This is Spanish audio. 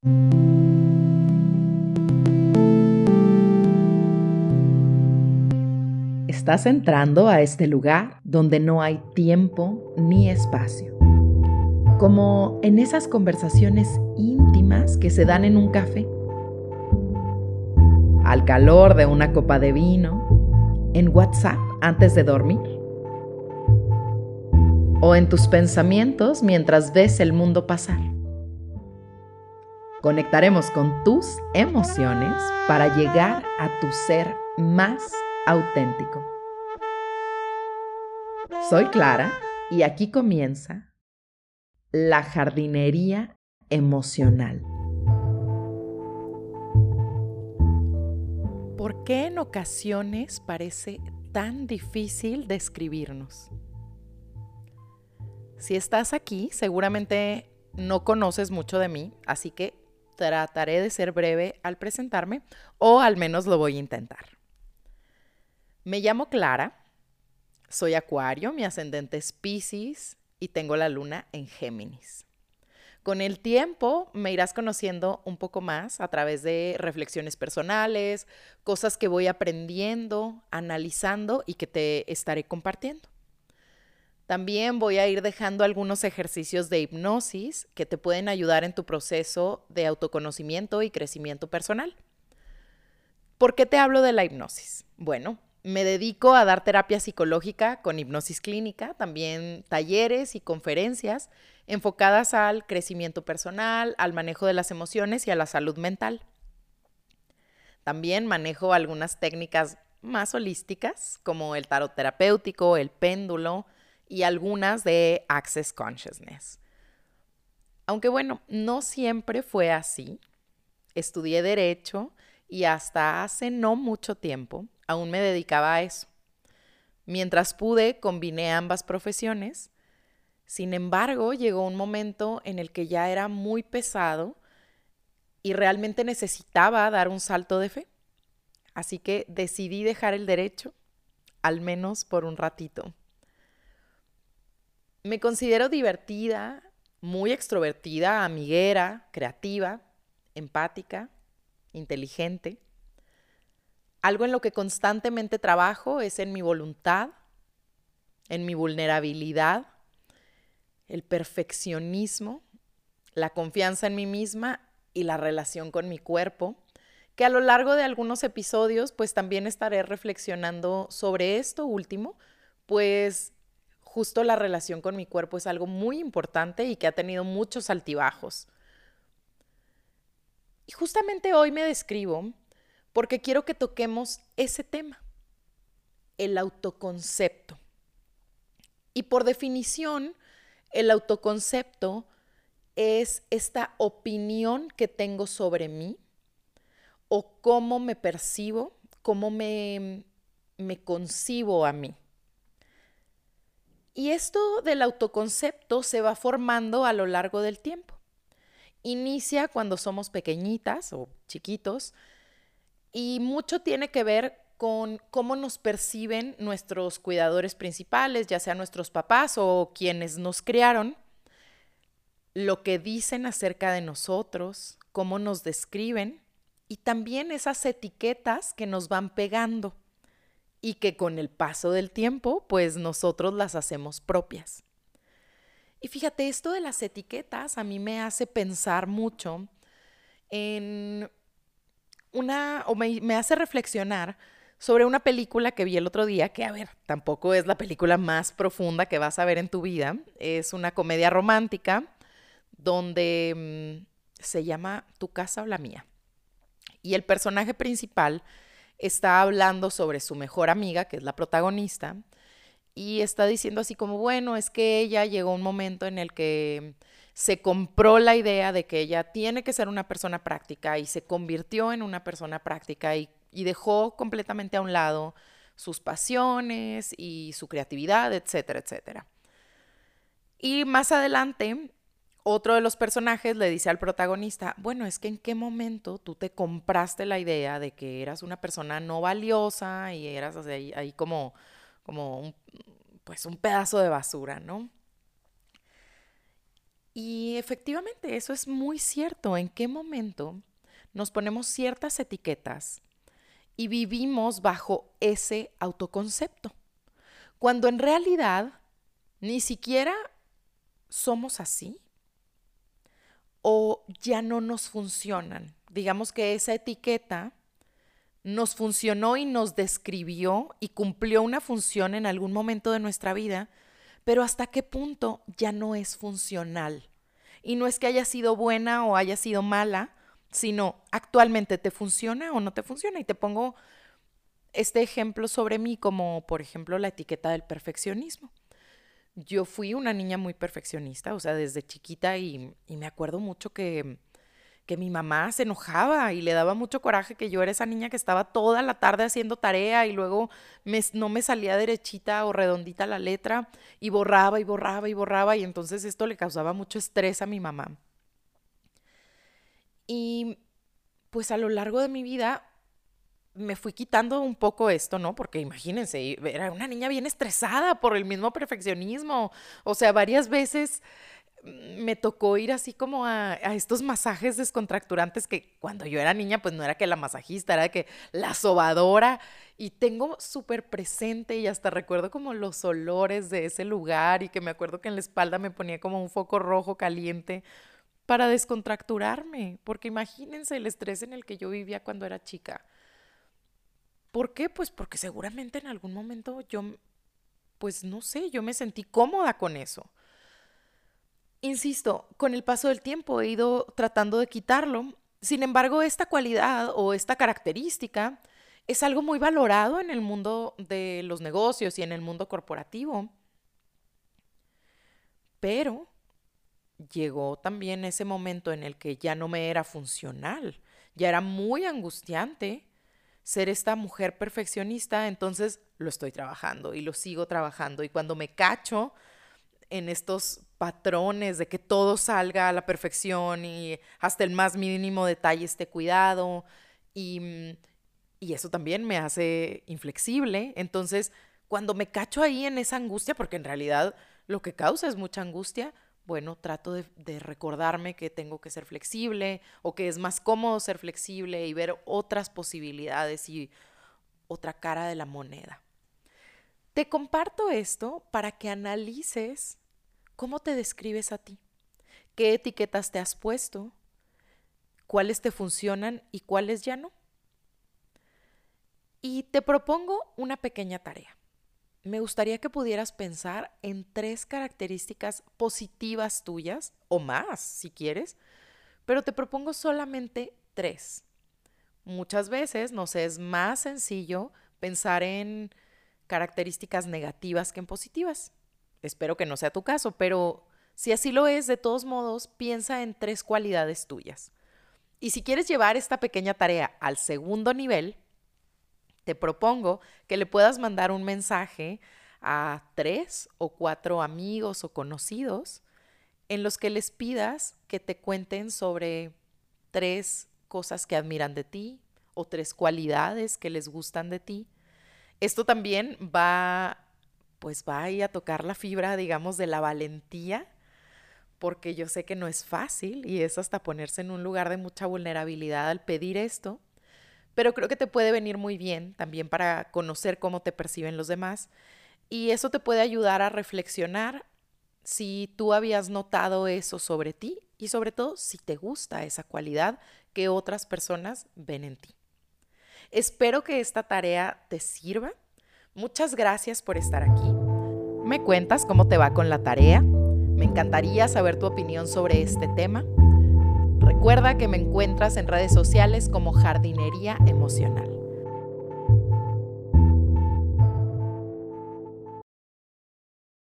Estás entrando a este lugar donde no hay tiempo ni espacio. Como en esas conversaciones íntimas que se dan en un café, al calor de una copa de vino, en WhatsApp antes de dormir, o en tus pensamientos mientras ves el mundo pasar. Conectaremos con tus emociones para llegar a tu ser más auténtico. Soy Clara y aquí comienza la jardinería emocional. ¿Por qué en ocasiones parece tan difícil describirnos? Si estás aquí, seguramente no conoces mucho de mí, así que trataré de ser breve al presentarme, o al menos lo voy a intentar. Me llamo Clara, soy Acuario, mi ascendente es Piscis y tengo la luna en Géminis. Con el tiempo me irás conociendo un poco más a través de reflexiones personales, cosas que voy aprendiendo, analizando y que te estaré compartiendo. También voy a ir dejando algunos ejercicios de hipnosis que te pueden ayudar en tu proceso de autoconocimiento y crecimiento personal. ¿Por qué te hablo de la hipnosis? Bueno, me dedico a dar terapia psicológica con hipnosis clínica, también talleres y conferencias enfocadas al crecimiento personal, al manejo de las emociones y a la salud mental. También manejo algunas técnicas más holísticas, como el tarot terapéutico, el péndulo y algunas de Access Consciousness. Aunque bueno, no siempre fue así. Estudié Derecho y hasta hace no mucho tiempo aún me dedicaba a eso. Mientras pude, combiné ambas profesiones. Sin embargo, llegó un momento en el que ya era muy pesado y realmente necesitaba dar un salto de fe. Así que decidí dejar el derecho, al menos por un ratito. Me considero divertida, muy extrovertida, amiguera, creativa, empática, inteligente. Algo en lo que constantemente trabajo es en mi voluntad, en mi vulnerabilidad, el perfeccionismo, la confianza en mí misma y la relación con mi cuerpo, que a lo largo de algunos episodios pues también estaré reflexionando sobre esto último, pues justo la relación con mi cuerpo es algo muy importante y que ha tenido muchos altibajos. Y justamente hoy me describo porque quiero que toquemos ese tema, el autoconcepto. Y por definición, el autoconcepto es esta opinión que tengo sobre mí o cómo me percibo, cómo me concibo a mí. Y esto del autoconcepto se va formando a lo largo del tiempo. Inicia cuando somos pequeñitas o chiquitos y mucho tiene que ver con cómo nos perciben nuestros cuidadores principales, ya sean nuestros papás o quienes nos criaron, lo que dicen acerca de nosotros, cómo nos describen y también esas etiquetas que nos van pegando y que con el paso del tiempo, pues nosotros las hacemos propias. Y fíjate, esto de las etiquetas a mí me hace pensar mucho en me hace reflexionar sobre una película que vi el otro día, que a ver, tampoco es la película más profunda que vas a ver en tu vida, es una comedia romántica donde se llama Tu casa o la mía. Y el personaje principal está hablando sobre su mejor amiga, que es la protagonista, y está diciendo así como, bueno, es que ella llegó un momento en el que se compró la idea de que ella tiene que ser una persona práctica y se convirtió en una persona práctica y dejó completamente a un lado sus pasiones y su creatividad, etcétera, etcétera. Y más adelante, otro de los personajes le dice al protagonista, bueno, es que en qué momento tú te compraste la idea de que eras una persona no valiosa y eras ahí como un pedazo de basura, ¿no? Y efectivamente, eso es muy cierto. ¿En qué momento nos ponemos ciertas etiquetas y vivimos bajo ese autoconcepto? Cuando en realidad ni siquiera somos así o ya no nos funcionan. Digamos que esa etiqueta nos funcionó y nos describió y cumplió una función en algún momento de nuestra vida, pero hasta qué punto ya no es funcional. Y no es que haya sido buena o haya sido mala, sino actualmente te funciona o no te funciona. Y te pongo este ejemplo sobre mí como, por ejemplo, la etiqueta del perfeccionismo. Yo fui una niña muy perfeccionista, o sea, desde chiquita y me acuerdo mucho que mi mamá se enojaba y le daba mucho coraje que yo era esa niña que estaba toda la tarde haciendo tarea y luego no me salía derechita o redondita la letra y borraba y borraba y borraba y entonces esto le causaba mucho estrés a mi mamá. Y pues a lo largo de mi vida me fui quitando un poco esto, ¿no? Porque imagínense, era una niña bien estresada por el mismo perfeccionismo. O sea, varias veces me tocó ir así como a estos masajes descontracturantes que cuando yo era niña, pues no era que la masajista, era que la sobadora. Y tengo súper presente y hasta recuerdo como los olores de ese lugar y que me acuerdo que en la espalda me ponía como un foco rojo caliente para descontracturarme. Porque imagínense el estrés en el que yo vivía cuando era chica. ¿Por qué? Pues porque seguramente en algún momento yo, pues no sé, yo me sentí cómoda con eso. Insisto, con el paso del tiempo he ido tratando de quitarlo. Sin embargo, esta cualidad o esta característica es algo muy valorado en el mundo de los negocios y en el mundo corporativo. Pero llegó también ese momento en el que ya no me era funcional, ya era muy angustiante ser esta mujer perfeccionista, entonces lo estoy trabajando y lo sigo trabajando. Y cuando me cacho en estos patrones de que todo salga a la perfección y hasta el más mínimo detalle esté cuidado y, y eso también me hace inflexible. Entonces, cuando me cacho ahí en esa angustia, porque en realidad lo que causa es mucha angustia, bueno, trato de recordarme que tengo que ser flexible o que es más cómodo ser flexible y ver otras posibilidades y otra cara de la moneda. Te comparto esto para que analices cómo te describes a ti, qué etiquetas te has puesto, cuáles te funcionan y cuáles ya no. Y te propongo una pequeña tarea. Me gustaría que pudieras pensar en 3 características positivas tuyas, o más, si quieres, pero te propongo solamente 3. Muchas veces nos es más sencillo pensar en características negativas que en positivas. Espero que no sea tu caso, pero si así lo es, de todos modos, piensa en 3 cualidades tuyas. Y si quieres llevar esta pequeña tarea al segundo nivel, te propongo que le puedas mandar un mensaje a 3 o 4 amigos o conocidos en los que les pidas que te cuenten sobre 3 cosas que admiran de ti o 3 cualidades que les gustan de ti. Esto también pues va a ir a tocar la fibra, digamos, de la valentía, porque yo sé que no es fácil y es hasta ponerse en un lugar de mucha vulnerabilidad al pedir esto. Pero creo que te puede venir muy bien también para conocer cómo te perciben los demás y eso te puede ayudar a reflexionar si tú habías notado eso sobre ti y sobre todo si te gusta esa cualidad que otras personas ven en ti. Espero que esta tarea te sirva. Muchas gracias por estar aquí. Me cuentas cómo te va con la tarea. Me encantaría saber tu opinión sobre este tema. Recuerda que me encuentras en redes sociales como Jardinería Emocional.